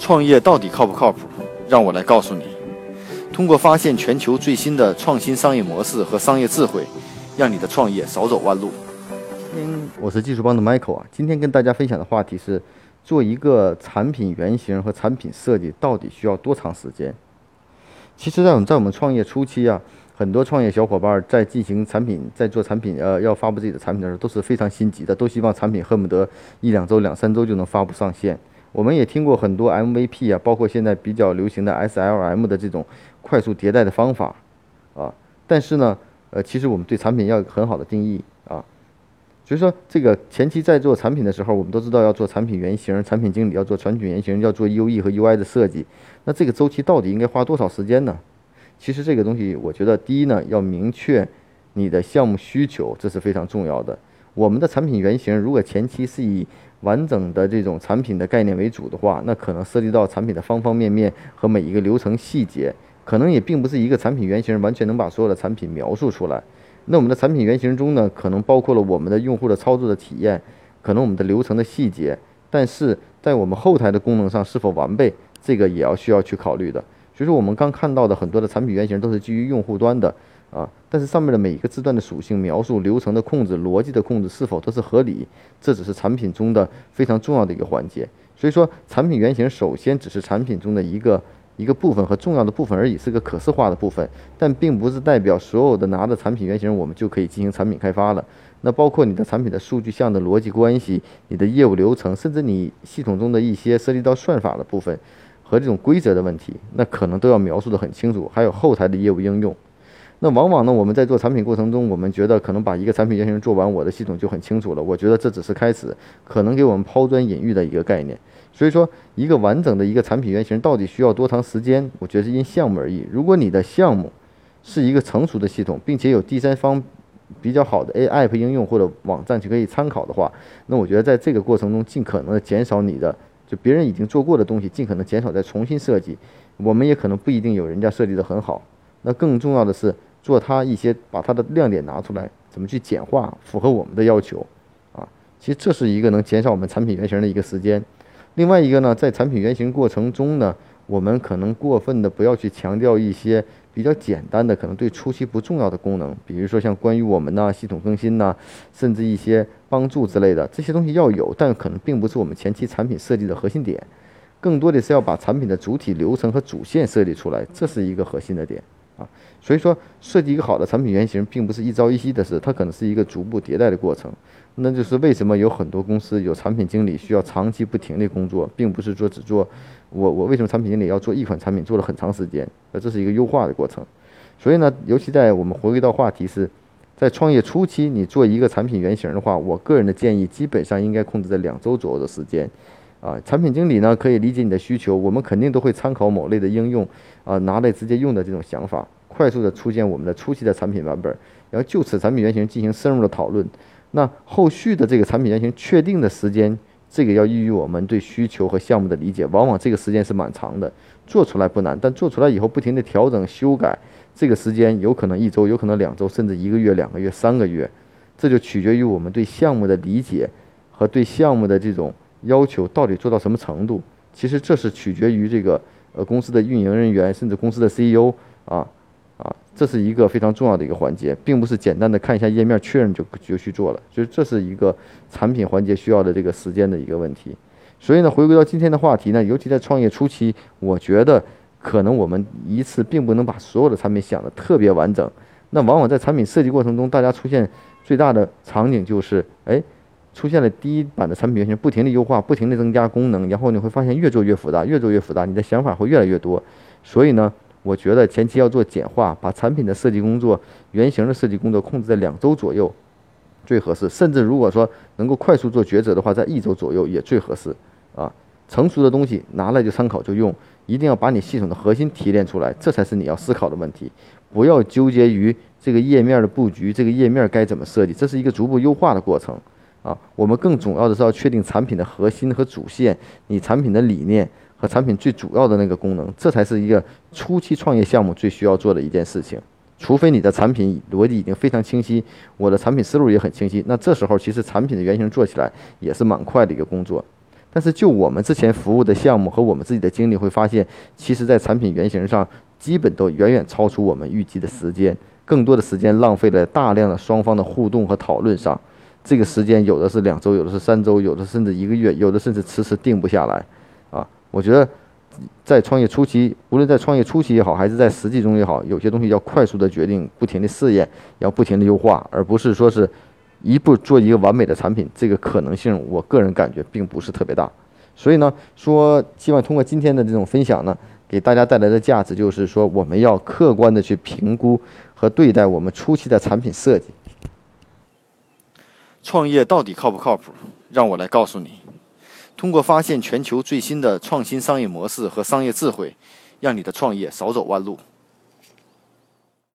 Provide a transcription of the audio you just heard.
创业到底靠不靠谱？让我来告诉你。通过发现全球最新的创新商业模式和商业智慧，让你的创业少走弯路。我是技术帮的 Michael 啊，今天跟大家分享的话题是：做一个产品原型和产品设计到底需要多长时间？其实在我们创业初期啊，很多创业小伙伴在进行产品，在做产品要发布自己的产品的时候，都是非常心急的，都希望产品恨不得1-2周、2-3周就能发布上线。我们也听过很多 MVP 啊，包括现在比较流行的 SLM 的这种快速迭代的方法啊，但是呢，其实我们对产品要有很好的定义啊。所以说，这个前期在做产品的时候，我们都知道要做产品原型，产品经理要做产品原型，要做 UE 和 UI 的设计。那这个周期到底应该花多少时间呢？其实这个东西，我觉得第一呢，要明确你的项目需求，这是非常重要的。我们的产品原型如果前期是以完整的这种产品的概念为主的话，那可能涉及到产品的方方面面和每一个流程细节，可能也并不是一个产品原型完全能把所有的产品描述出来。那我们的产品原型中呢，可能包括了我们的用户的操作的体验，可能我们的流程的细节，但是在我们后台的功能上是否完备，这个也需要去考虑的。所以说我们刚看到的很多的产品原型都是基于用户端的啊，但是上面的每一个字段的属性描述、流程的控制、逻辑的控制是否都是合理，这只是产品中的非常重要的一个环节。所以说产品原型首先只是产品中的一个部分和重要的部分而已，是个可视化的部分，但并不是代表所有的拿着产品原型我们就可以进行产品开发了。那包括你的产品的数据项的逻辑关系、你的业务流程，甚至你系统中的一些涉及到算法的部分和这种规则的问题，那可能都要描述得很清楚，还有后台的业务应用。那往往呢，我们在做产品过程中，我们觉得可能把一个产品原型做完，我的系统就很清楚了。我觉得这只是开始，可能给我们抛砖引玉的一个概念。所以说，一个完整的一个产品原型到底需要多长时间？我觉得是因项目而异。如果你的项目是一个成熟的系统，并且有第三方比较好的 App 应用或者网站去可以参考的话，那我觉得在这个过程中尽可能的减少你的就别人已经做过的东西，尽可能减少再重新设计。我们也可能不一定有人家设计的很好。那更重要的是做它一些，把它的亮点拿出来，怎么去简化，符合我们的要求啊。其实这是一个能减少我们产品原型的一个时间。另外一个呢，在产品原型过程中呢，我们可能过分的不要去强调一些比较简单的，可能对初期不重要的功能，比如说像关于我们呐、系统更新呐，甚至一些帮助之类的，这些东西要有，但可能并不是我们前期产品设计的核心点，更多的是要把产品的主体流程和主线设计出来，这是一个核心的点啊。所以说，设计一个好的产品原型，并不是一朝一夕的事，它可能是一个逐步迭代的过程。那就是为什么有很多公司有产品经理需要长期不停地工作，并不是说只做我为什么产品经理要做一款产品做了很长时间，这是一个优化的过程。所以呢，尤其在我们回归到话题是，在创业初期，你做一个产品原型的话，我个人的建议基本上应该控制在2周左右的时间。啊，产品经理呢可以理解你的需求，我们肯定都会参考某类的应用啊，拿来直接用的这种想法，快速的出现我们的初期的产品版本，然后就此产品原型进行深入的讨论。那后续的这个产品原型确定的时间，这个要依于我们对需求和项目的理解，往往这个时间是蛮长的。做出来不难，但做出来以后不停的调整修改，这个时间有可能1周，有可能2周，甚至1个月、2个月、3个月，这就取决于我们对项目的理解和对项目的这种要求到底做到什么程度。其实这是取决于这个公司的运营人员，甚至公司的 CEO 啊。这是一个非常重要的一个环节，并不是简单的看一下页面确认就去做了，所以这是一个产品环节需要的这个时间的一个问题。所以呢，回归到今天的话题呢，尤其在创业初期，我觉得可能我们一次并不能把所有的产品想得特别完整。那往往在产品设计过程中，大家出现最大的场景就是，出现了第一版的产品原型，不停的优化，不停的增加功能，然后你会发现越做越复杂，越做越复杂，你的想法会越来越多。所以呢，我觉得前期要做简化，把产品的设计工作、原型的设计工作控制在2周左右最合适，甚至如果说能够快速做抉择的话，在1周左右也最合适啊。成熟的东西拿来就参考就用，一定要把你系统的核心提炼出来，这才是你要思考的问题。不要纠结于这个页面的布局，这个页面该怎么设计，这是一个逐步优化的过程啊。我们更重要的是要确定产品的核心和主线，你产品的理念和产品最主要的那个功能，这才是一个初期创业项目最需要做的一件事情。除非你的产品逻辑已经非常清晰，我的产品思路也很清晰，那这时候其实产品的原型做起来也是蛮快的一个工作。 但是就我们之前服务的项目和我们自己的经历会发现，其实在产品原型上基本都远远超出我们预计的时间，更多的时间浪费了大量的双方的互动和讨论上。这个时间有的是2周，有的是3周，有的甚至1个月，有的甚至迟迟定不下来啊！我觉得在创业初期，无论在创业初期也好，还是在实际中也好，有些东西要快速的决定，不停的试验，要不停的优化，而不是说是一步做一个完美的产品，这个可能性我个人感觉并不是特别大。所以呢，希望通过今天的这种分享呢，给大家带来的价值就是说，我们要客观的去评估和对待我们初期的产品设计。创业到底靠不靠谱？让我来告诉你。通过发现全球最新的创新商业模式和商业智慧，让你的创业少走弯路。